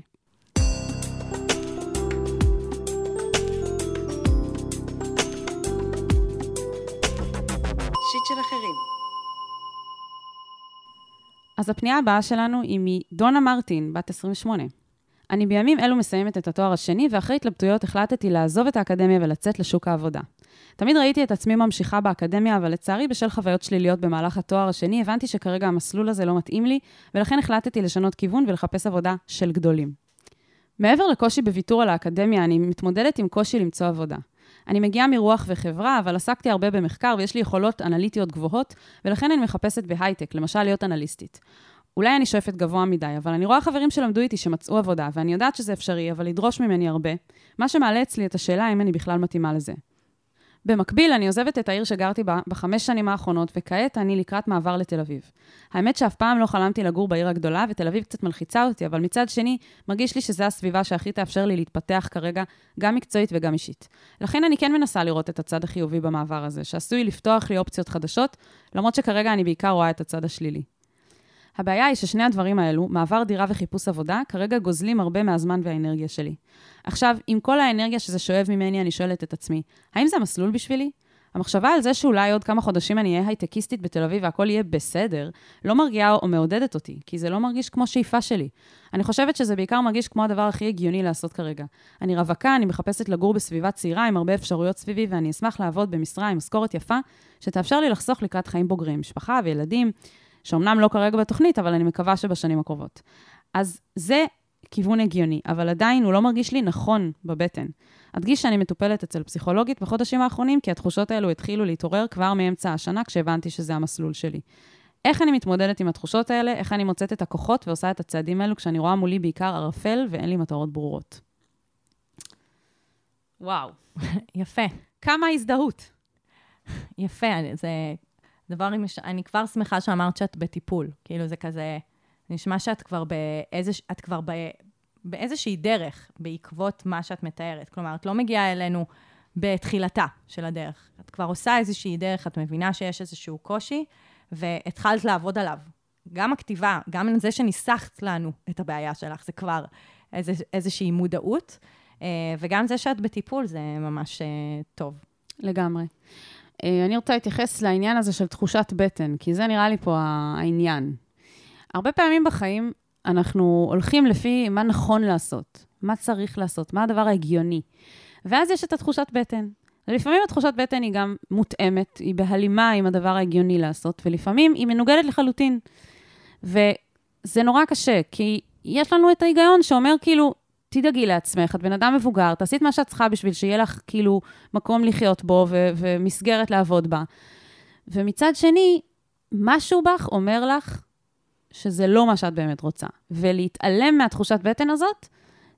שיט של אחרים. אז הפנייה הבאה שלנו היא מדונה מרטין, בת 28. אני בימים אלו מסיימת את התואר השני, ואחרי התלבטויות החלטתי לעזוב את האקדמיה ולצאת לשוק העבודה. תמיד ראיתי את עצמי ממשיכה באקדמיה, אבל לצערי בשל חוויות שליליות במהלך התואר השני, הבנתי שכרגע המסלול הזה לא מתאים לי, ולכן החלטתי לשנות כיוון ולחפש עבודה של גדולים. מעבר לקושי בוויתור על האקדמיה, אני מתמודדת עם קושי למצוא עבודה. אני מגיעה מרוח וחברה, אבל עסקתי הרבה במחקר ויש לי יכולות אנליטיות גבוהות, ולכן אני מחפשת בהייטק, למשל להיות אנליסטית. אולי אני שואפת גבוה מדי, אבל אני רואה חברים שלמדו איתי שמצאו עבודה, ואני יודעת שזה אפשרי, אבל לדרוש ממני הרבה, מה שמעלה אצלי את השאלה אם אני בכלל מתאימה לזה. במקביל, אני עוזבת את העיר שגרתי בה ב5 שנים האחרונות, וכעת אני לקראת מעבר לתל אביב. האמת שאף פעם לא חלמתי לגור בעיר הגדולה, ותל אביב קצת מלחיצה אותי, אבל מצד שני, מרגיש לי שזו הסביבה שהכי תאפשר לי להתפתח כרגע, גם מקצועית וגם אישית. לכן אני כן מנסה לראות את הצד החיובי במעבר הזה, שעשוי לפתוח לי אופציות חדשות, למרות שכרגע אני בעיקר רואה את הצד השלילי. הבעיה היא ששני הדברים האלו, מעבר דירה וחיפוש עבודה, כרגע גוזלים הרבה מהזמן והאנרגיה שלי. עכשיו, עם כל האנרגיה שזה שואב ממני, אני שואלת את עצמי, האם זה מסלול בשבילי? המחשבה על זה שאולי עוד כמה חודשים אני אהיה הייטקיסטית בתל אביב והכל יהיה בסדר, לא מרגיעה או מעודדת אותי, כי זה לא מרגיש כמו שאיפה שלי. אני חושבת שזה בעיקר מרגיש כמו הדבר הכי הגיוני לעשות כרגע. אני רווקה, אני מחפשת לגור בסביבה צעירה עם הרבה אפשרויות סביבי, ואני אשמח לעבוד במשרה עם משכורת יפה, שתאפשר לי לחסוך לקראת חיים בוגרים, משפחה וילדים, שאומנם לא כרגע בתוכנית, אבל אני מקווה שבשנים הקרובות. אז זה כיוון הגיוני, אבל עדיין הוא לא מרגיש לי נכון בבטן. אדגיש שאני מטופלת אצל פסיכולוגית בחודשים האחרונים, כי התחושות האלו התחילו להתעורר כבר מאמצע השנה, כשהבנתי שזה המסלול שלי. איך אני מתמודדת עם התחושות האלה, איך אני מוצאת את הכוחות ועושה את הצעדים האלו, כשאני רואה מולי בעיקר ערפל ואין לי מטרות ברורות. וואו. יפה. כמה הזדהות. יפה, זה דבר, אני כבר שמחה שאמרת שאת בטיפול. כאילו זה כזה, נשמע שאת כבר באיזושהי דרך, בעקבות מה שאת מתארת. כלומר, את לא מגיעה אלינו בתחילתה של הדרך. את כבר עושה איזושהי דרך, את מבינה שיש איזשהו קושי, והתחלת לעבוד עליו. גם הכתיבה, גם זה שניסחת לנו את הבעיה שלך, זה כבר איזושהי מודעות, וגם זה שאת בטיפול, זה ממש טוב. לגמרי. אני רוצה להתייחס לעניין הזה של תחושת בטן, כי זה נראה לי פה העניין. הרבה פעמים בחיים אנחנו הולכים לפי מה נכון לעשות, מה צריך לעשות, מה הדבר ההגיוני. ואז יש את התחושת בטן. ולפעמים התחושת בטן היא גם מותאמת, היא בהלימה עם הדבר ההגיוני לעשות, ולפעמים היא מנוגדת לחלוטין. וזה נורא קשה, כי יש לנו את ההיגיון שאומר כאילו, תדאגי לעצמך, את בן אדם מבוגר, תעשית מה שאת צריכה בשביל שיהיה לך כאילו מקום לחיות בו ומסגרת לעבוד בה. ומצד שני, משהו בך אומר לך שזה לא מה שאת באמת רוצה. ולהתעלם מהתחושת בטן הזאת,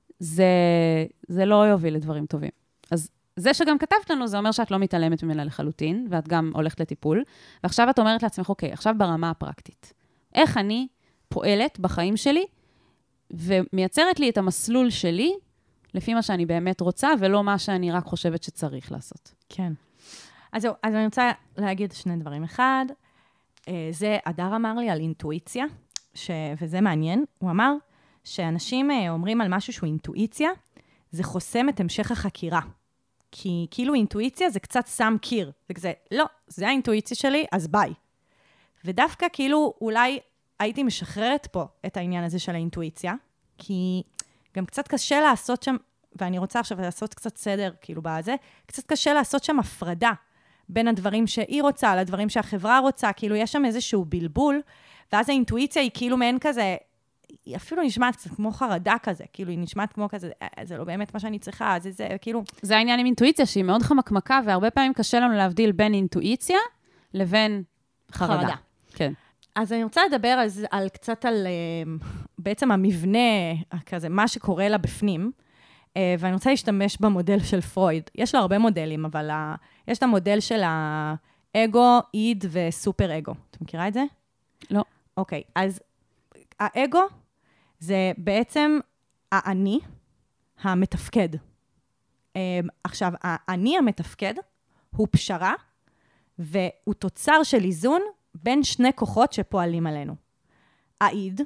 זה לא יוביל לדברים טובים. אז זה שגם כתבת לנו, זה אומר שאת לא מתעלמת ממנה לחלוטין, ואת גם הולכת לטיפול, ועכשיו את אומרת לעצמך, אוקיי, עכשיו ברמה הפרקטית. איך אני פועלת בחיים שלי, ומייצרת לי את המסלול שלי, לפי מה שאני באמת רוצה, ולא מה שאני רק חושבת שצריך לעשות. כן. אז אני רוצה להגיד שני דברים. אחד, זה אדר אמר לי על אינטואיציה, וזה מעניין. הוא אמר שאנשים אומרים על משהו שהוא אינטואיציה, זה חוסם את המשך החקירה. כי כאילו אינטואיציה זה קצת שם קיר. זה כזה, לא, זה האינטואיציה שלי, אז ביי. ודווקא כאילו אולי הייתי משחררת פה את העניין הזה של האינטואיציה, כי גם קצת קשה לעשות שם, ואני רוצה עכשיו לעשות קצת סדר כאילו בזה, קצת קשה לעשות שם הפרדה בין הדברים שהיא רוצה לדברים שהחברה רוצה, כאילו יש שם איזשהו בלבול, ואז האינטואיציה היא כאילו מעין כזה, היא אפילו נשמעת קצת כמו חרדה כזה, כאילו היא נשמעת כמו כזה, זה לא באמת מה שאני צריכה, זה כאילו... זה העניין עם אינטואיציה שהיא מאוד חמקמקה, והרבה פעמים קשה לנו להבדיל בין אינטואיציה לבין חרדה. כן. אז אני רוצה לדבר קצת על בעצם המבנה כזה, מה שקורה לה בפנים, ואני רוצה להשתמש במודל של פרויד. יש לו הרבה מודלים, אבל יש את המודל של האגו, איד וסופר אגו. את מכירה את זה? לא. אוקיי, אז האגו זה בעצם האני המתפקד. עכשיו, האני המתפקד הוא פשרה, והוא תוצר של איזון בין שני כוחות שפועלים עלינו. האיד,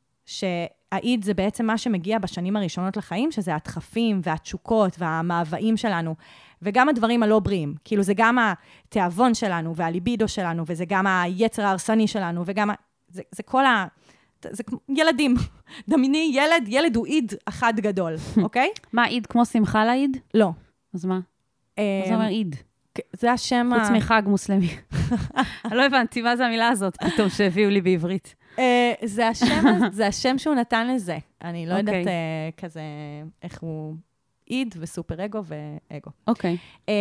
שהאיד זה בעצם מה שמגיע בשנים הראשונות לחיים, שזה הדחפים והתשוקות והמאוויים שלנו, וגם הדברים הלא בריאים. כאילו זה גם התיאבון שלנו והליבידו שלנו, וזה גם היצר ההרסני שלנו, וגם זה כל זה ילדים. דמייני ילד הוא איד אחד גדול, אוקיי? מה, איד כמו שמחה לאיד? לא. אז מה? זה אומר איד. זה השם... חוץ מחג מוסלמי. אני לא הבנתי מה זה המילה הזאת, פתאום שהביאו לי בעברית. זה השם שהוא נתן לזה. אני לא יודעת כזה, איך הוא איד וסופר אגו ואגו. אוקיי.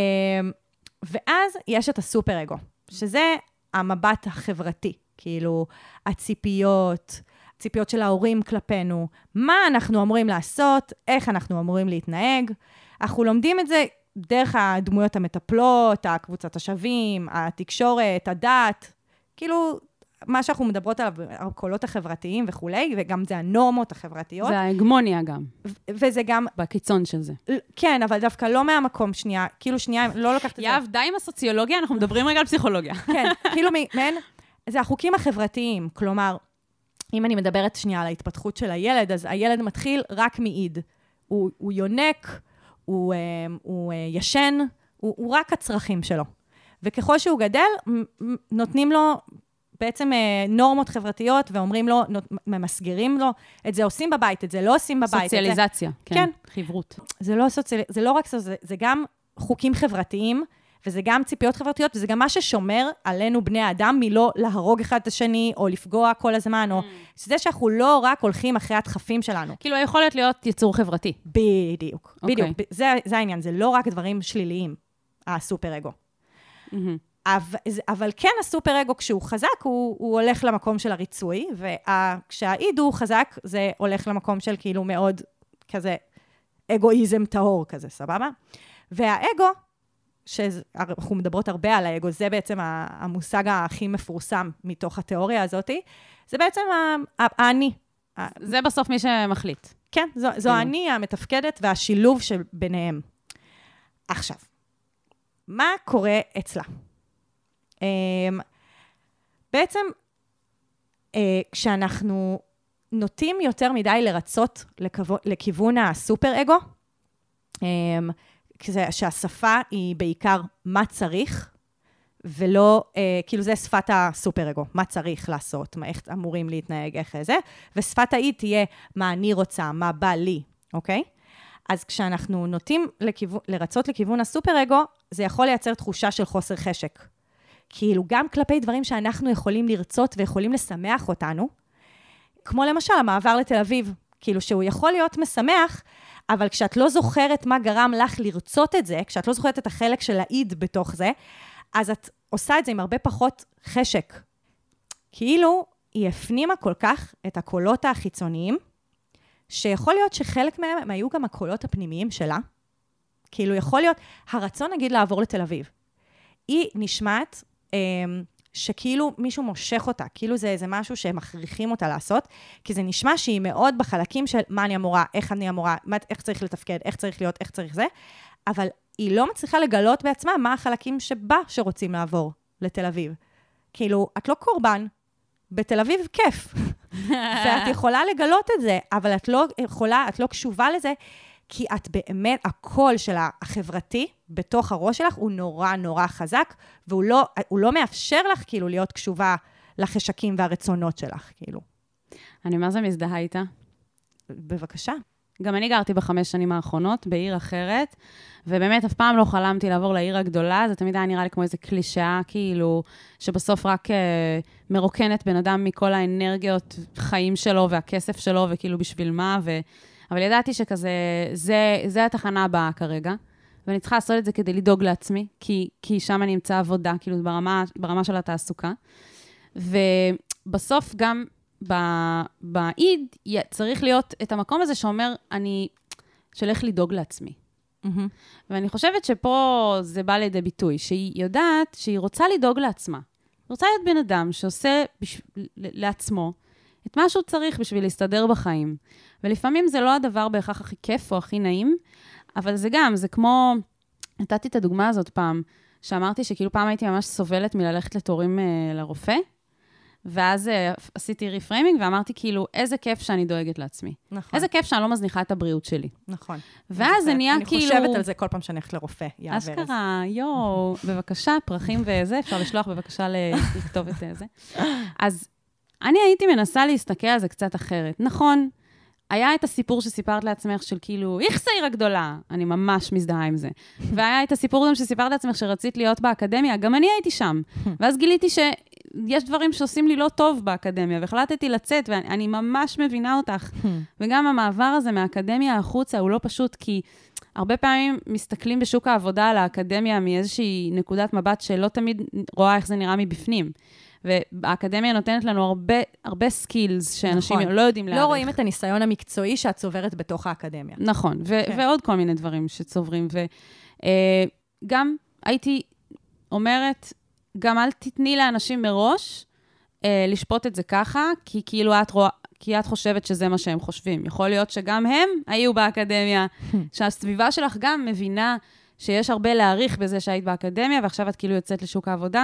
ואז יש את הסופר אגו, שזה המבט החברתי. כאילו, הציפיות של ההורים כלפינו, מה אנחנו אמורים לעשות, איך אנחנו אמורים להתנהג. אנחנו לומדים את זה דרך הדמויות המטפלות, הקבוצת השווים, התקשורת, הדת, כאילו, מה שאנחנו מדברות עליו, הקולות החברתיים וכו', וגם זה הנורמות החברתיות. זה ההגמוניה גם. וזה גם... בקיצון של זה. כן, אבל דווקא לא מהמקום שנייה, כאילו שנייה, לא לקחת את זה. יאב, די עם הסוציולוגיה, אנחנו מדברים רגע על פסיכולוגיה. כן, כאילו זה החוקים החברתיים, כלומר, אם אני מדברת שנייה על ההתפתחות של הילד, אז הילד מתחיל רק מאיד. הוא יונק, הוא ישן, הוא רק הצרכים שלו. וככל שהוא גדל, נותנים לו בעצם נורמות חברתיות, ואומרים לו, ממסגרים לו, את זה עושים בבית, את זה לא עושים בבית. סוציאליזציה, כן. חברות. זה לא רק זה גם חוקים חברתיים, וזה גם ציפיות חברתיות, וזה גם מה ששומר עלינו בני האדם, מלא להרוג אחד את השני, או לפגוע כל הזמן, או שזה שאנחנו לא רק הולכים אחרי הדחפים שלנו. כאילו, היכולת להיות יצור חברתי. בדיוק, בדיוק. זה העניין, זה לא רק דברים שליליים, הסופר אגו. אבל כן, הסופר אגו, כשהוא חזק, הוא הולך למקום של הריצוי, וכשהאיד הוא חזק, זה הולך למקום של כאילו מאוד כזה, אגואיזם טהור כזה, סבבה? והאגו, שאנחנו מדברות הרבה על האגו, זה בעצם המושג הכי מפורסם מתוך התיאוריה הזאת, זה בעצם האני. זה בסוף מי שמחליט. כן, זו האני המתפקדת והשילוב שביניהם. עכשיו, מה קורה אצלה? בעצם, כשאנחנו נוטים יותר מדי לרצות לכיוון הסופר-אגו, שהשפה היא בעיקר מה צריך, ולא, כאילו זה שפת הסופר-אגו, מה צריך לעשות, איך אמורים להתנהג, איך זה, ושפת האי תהיה מה אני רוצה, מה בא לי, אוקיי? אז כשאנחנו נוטים לרצות לכיוון הסופר-אגו, זה יכול לייצר תחושה של חוסר חשק. כאילו גם כלפי דברים שאנחנו יכולים לרצות ויכולים לשמח אותנו, כמו למשל המעבר לתל אביב, כאילו שהוא יכול להיות משמח, אבל כשאת לא זוכרת מה גרם לך לרצות את זה, כשאת לא זוכרת את החלק של העיד בתוך זה, אז את עושה את זה עם הרבה פחות חשק. כאילו היא הפנימה כל כך את הקולות החיצוניים, שיכול להיות שחלק מהם הם היו גם הקולות הפנימיים שלה. כאילו יכול להיות הרצון נגיד לעבור לתל אביב. היא נשמעת שכאילו מישהו מושך אותה, כאילו זה איזה משהו שהם מכריחים אותה לעשות, כי זה נשמע שהיא מאוד בחלקים של מה אני אמורה, איך אני אמורה, איך צריך לתפקד, איך צריך להיות, איך צריך זה, אבל היא לא מצליחה לגלות בעצמה מה החלקים שבה שרוצים לעבור לתל אביב. כאילו, את לא קורבן, בתל אביב כיף. ואת יכולה לגלות את זה, אבל את לא יכולה, את לא קשובה לזה, כי את באמת, הקול של החברתי בתוך הראש שלך הוא נורא נורא חזק, והוא לא מאפשר לך כאילו להיות קשובה לחשקים והרצונות שלך, כאילו. אני מה זה מזדהה איתה? בבקשה. גם אני גרתי ב5 שנים האחרונות, בעיר אחרת, ובאמת אף פעם לא חלמתי לעבור לעיר הגדולה, זה תמיד היה נראה לי כמו איזו קלישאה, כאילו, שבסוף רק מרוקנת בן אדם מכל האנרגיות חיים שלו והכסף שלו, וכאילו בשביל מה, אבל ידעתי שכזה, זה התחנה הבאה כרגע, ואני צריכה לעשות את זה כדי לדאוג לעצמי, כי שם אני אמצא עבודה, כאילו ברמה של התעסוקה. ובסוף גם בעיד צריך להיות את המקום הזה שאומר, אני שלך לדאוג לעצמי. ואני חושבת שפה זה בא לידי ביטוי, שהיא יודעת שהיא רוצה לדאוג לעצמה. היא רוצה להיות בן אדם שעושה לעצמו את מה שהוא צריך בשביל להסתדר בחיים. ולפעמים זה לא הדבר בהכרח הכי כיף או הכי נעים, אבל זה גם, זה כמו, נתתי את הדוגמה הזאת פעם, שאמרתי שכאילו פעם הייתי ממש סובלת מללכת לתורים לרופא, ואז עשיתי ריפריימינג ואמרתי כאילו, איזה כיף שאני דואגת לעצמי. נכון. איזה כיף שאני לא מזניחה את הבריאות שלי. נכון. ואז זה נהיה כאילו... אני חושבת על זה כל פעם שאני הולכת לרופא, יעבר. אשכרה, יו, בבקשה, פרחים וזה, אפשר לשלוח בבקשה לכתוב את זה. אז אני הייתי מנסה להסתכל על זה קצת אחרת. נכון, היה את הסיפור שסיפרת לעצמך של כאילו, איך זה עיר הגדולה? אני ממש מזדהה עם זה. והיה את הסיפור גם שסיפרת לעצמך שרצית להיות באקדמיה, גם אני הייתי שם. ואז גיליתי שיש דברים שעושים לי לא טוב באקדמיה, והחלטתי לצאת, ואני ממש מבינה אותך. וגם המעבר הזה מהאקדמיה החוצה הוא לא פשוט, כי הרבה פעמים מסתכלים בשוק העבודה על האקדמיה מאיזושהי נקודת מבט שלא תמיד רואה איך זה נראה מבפנים. והאקדמיה נותנת לנו הרבה סקילס שאנשים לא יודעים להעריך. לא רואים את הניסיון המקצועי שאת צוברת בתוך האקדמיה. נכון, ועוד כל מיני דברים שצוברים. וגם הייתי אומרת, גם אל תתני לאנשים מראש לשפוט את זה ככה, כי כאילו את חושבת שזה מה שהם חושבים. יכול להיות שגם הם היו באקדמיה, שהסביבה שלך גם מבינה שיש הרבה להעריך בזה שהיית באקדמיה, ועכשיו את כאילו יוצאת לשוק העבודה,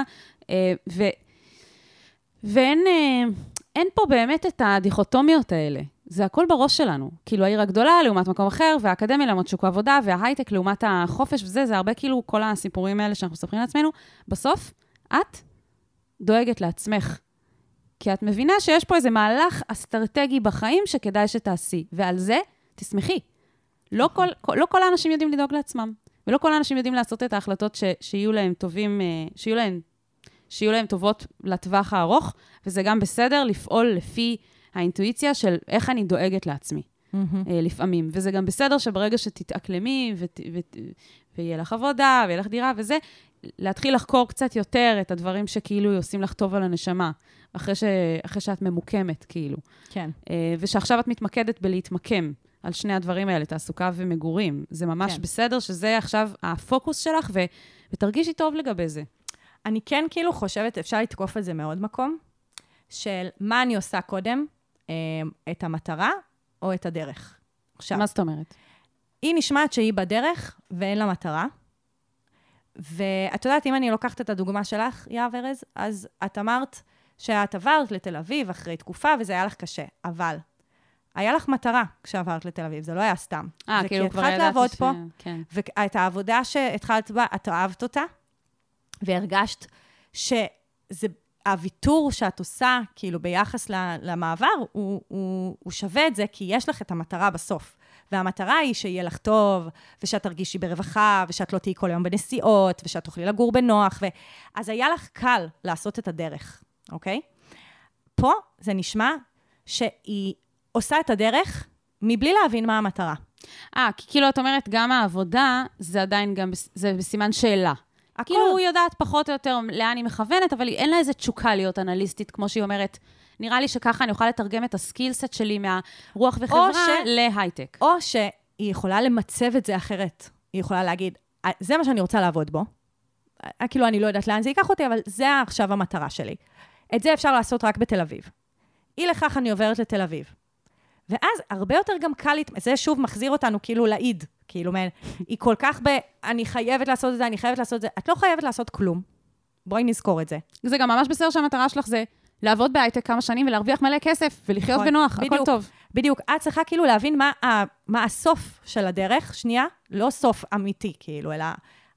ואין פה באמת את הדיכוטומיות האלה. זה הכל בראש שלנו. כאילו העיר הגדולה לעומת מקום אחר, והאקדמיה לעומת שוק העבודה, וההייטק לעומת החופש, וזה, זה הרבה כאילו כל הסיפורים האלה שאנחנו מספרים לעצמנו. בסוף, את דואגת לעצמך. כי את מבינה שיש פה איזה מהלך אסטרטגי בחיים שכדאי שתעשי. ועל זה, תשמחי. לא כל האנשים יודעים לדאוג לעצמם. ולא כל האנשים יודעים לעשות את ההחלטות שיהיו להם טובים, שיהיו להם טובות לטווח הארוך, וזה גם בסדר לפעול לפי האינטואיציה של איך אני דואגת לעצמי, לפעמים. וזה גם בסדר שברגע שתתאקלמי, ויהיה לך עבודה, ויהיה לך דירה, וזה, להתחיל לחקור קצת יותר את הדברים שכאילו עושים לך טוב על הנשמה, אחרי שאת ממוקמת, כאילו. כן. ושעכשיו את מתמקדת בלהתמקם. על שני הדברים האלה, תעסוקה ומגורים. זה ממש כן. בסדר שזה עכשיו הפוקוס שלך, ותרגישי טוב לגבי זה. אני כן כאילו חושבת, אפשר לתקוף את זה מאוד מקום, של מה אני עושה קודם, את המטרה או את הדרך. עכשיו, מה זאת אומרת? היא נשמעת שהיא בדרך ואין לה מטרה, ואת יודעת, אם אני לוקחת את הדוגמה שלך, יהב ארז, אז את אמרת שאת עברת לתל אביב אחרי תקופה, וזה היה לך קשה, אבל היה לך מטרה כשעברת לתל אביב, זה לא היה סתם. זה כאילו כי כבר התחלת ידעתי לעבוד פה, כן. ואת העבודה שהתחלת בה, את אהבת אותה, והרגשת שזה, הוויתור שאת עושה, כאילו ביחס למעבר, הוא שווה את זה, כי יש לך את המטרה בסוף. והמטרה היא שיהיה לך טוב, ושאת תרגישי ברווחה, ושאת לא תהיי כל היום בנסיעות, ושאת תוכלי לגור בנוח, אז היה לך קל לעשות את הדרך, אוקיי? פה זה נשמע שהיא עושה את הדרך, מבלי להבין מה המטרה. כי כאילו את אומרת, גם העבודה, זה עדיין גם, זה בסימן שאלה. הכל. כאילו הוא יודעת פחות או יותר לאן היא מכוונת, אבל אין לה איזה תשוקה להיות אנליסטית, כמו שהיא אומרת, נראה לי שככה אני אוכל לתרגם את הסקילסט שלי מהרוח וחברה להייטק. או שהיא יכולה למצב את זה אחרת. היא יכולה להגיד, זה מה שאני רוצה לעבוד בו. כאילו אני לא יודעת לאן זה ייקח אותי, אבל זה עכשיו המטרה שלי. את זה אפשר לעשות רק בתל אביב. אי לכך אני עוברת לתל אביב. ואז הרבה יותר גם קל, זה שוב מחזיר אותנו כאילו לעיד. כאילו, היא כל כך אני חייבת לעשות את זה, אני חייבת לעשות את זה. את לא חייבת לעשות כלום. בואי נזכור את זה. זה גם ממש בסדר שהמטרה שלך זה לעבוד בהייטק כמה שנים ולהרוויח מלא כסף ולחיות בנוח, הכל טוב. בדיוק. את צריכה כאילו להבין מה הסוף של הדרך, שנייה, לא סוף אמיתי, כאילו, אלא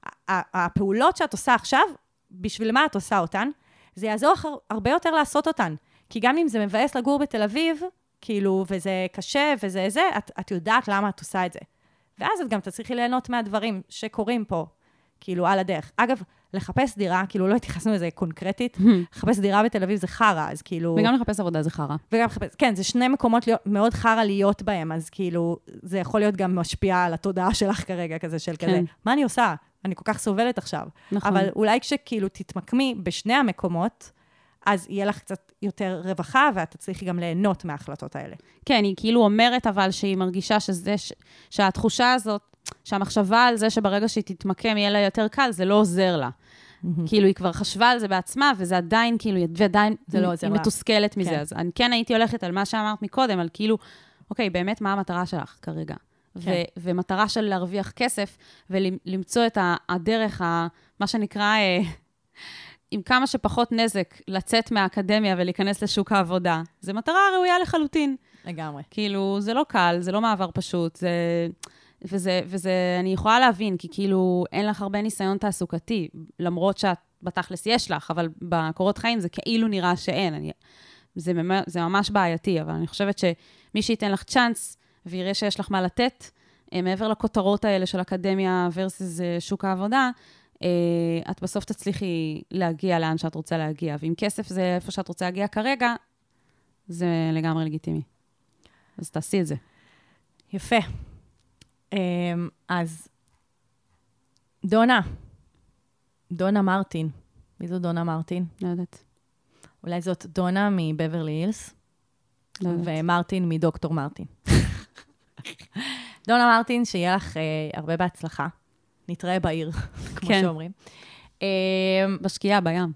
הפעולות שאת עושה עכשיו, בשביל מה את עושה אותן, זה יעזור הרבה יותר לעשות אותן. כי גם אם זה מבאס לגור בתל אביב, כאילו, וזה קשה, וזה זה, את יודעת למה את עושה את זה. ואז את גם תצריכי ליהנות מהדברים שקורים פה, כאילו, על הדרך. אגב, לחפש דירה, כאילו, לא התייחסנו לזה קונקרטית, לחפש דירה בתל אביב זה חרה, אז כאילו... וגם לחפש עבודה זה חרה. וגם לחפש, כן, זה שני מקומות מאוד חרה להיות בהם, אז כאילו, זה יכול להיות גם משפיע על התודעה שלך כרגע, כזה של כזה, מה אני עושה? אני כל כך סובלת עכשיו. נכון. אבל אולי כשכאילו תתמקמי בשני המקומות, אז יהיה לך קצת יותר רווחה, ואת תצליחי גם ליהנות מההחלטות האלה. כן, היא כאילו אומרת אבל שהיא מרגישה שהתחושה הזאת, שהמחשבה על זה שברגע שהיא תתמקם יהיה לה יותר קל, זה לא עוזר לה. כאילו היא כבר חשבה על זה בעצמה, וזה עדיין כאילו, ועדיין היא מתוסכלת מזה. אז אני כן הייתי הולכת על מה שאמרת מקודם, על כאילו, אוקיי, באמת מה המטרה שלך כרגע? ומטרה של להרוויח כסף, ולמצוא את הדרך, מה שנקרא... עם כמה שפחות נזק לצאת מהאקדמיה ולהיכנס לשוק העבודה. זו מטרה ראויה לחלוטין. לגמרי. כאילו, זה לא קל, זה לא מעבר פשוט, וזה אני יכולה להבין, כי כאילו אין לך הרבה ניסיון תעסוקתי, למרות שאת בתכלס יש לך, אבל בקורות חיים זה כאילו נראה שאין. זה ממש בעייתי, אבל אני חושבת שמי שייתן לך צ'אנס, ויראה שיש לך מה לתת, מעבר לכותרות האלה של אקדמיה versus שוק העבודה, את בסוף תצליחי להגיע לאן שאת רוצה להגיע, ואם כסף זה איפה שאת רוצה להגיע כרגע, זה לגמרי לגיטימי. אז תעשי את זה. יפה. אז דונה מרטין. מי זו דונה מרטין? לא יודעת. אולי זאת דונה מבברלי הילס, ומרטין מדוקטור מרטין. דונה מרטין, שיהיה לך הרבה בהצלחה. נתראה בעיר, כמו שאומרים. בשקיעה, בים.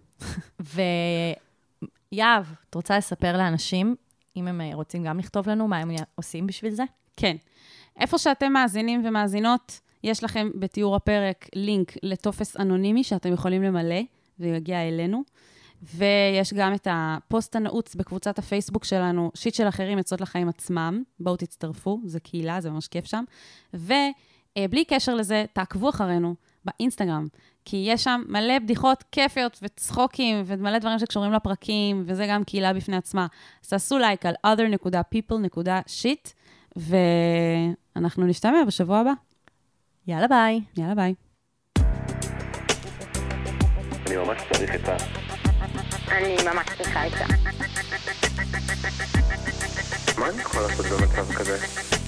ויהב, את רוצה לספר לאנשים, אם הם רוצים גם לכתוב לנו, מה הם עושים בשביל זה? כן. איפה שאתם מאזינים ומאזינות, יש לכם בתיאור הפרק לינק לטופס אנונימי שאתם יכולים למלא, ויגיע אלינו. ויש גם את הפוסט הנעוץ בקבוצת הפייסבוק שלנו, שיט של אחרים יוצאות לחיים עצמם. בואו תצטרפו, זה קהילה, זה ממש כיף שם. ובלי קשר לזה, תעקבו אחרינו באינסטגרם, כי יש שם מלא בדיחות כיפיות וצחוקים, ומלא דברים שקשורים לפרקים, וזה גם קהילה בפני עצמה. אז תעשו לייק על other.people.shit, ואנחנו נשתמע בשבוע הבא. יאללה ביי. יאללה ביי. אני ממש צריך את ה... אני ממש צריכה את זה. מה אני יכול לעשות במצב כזה?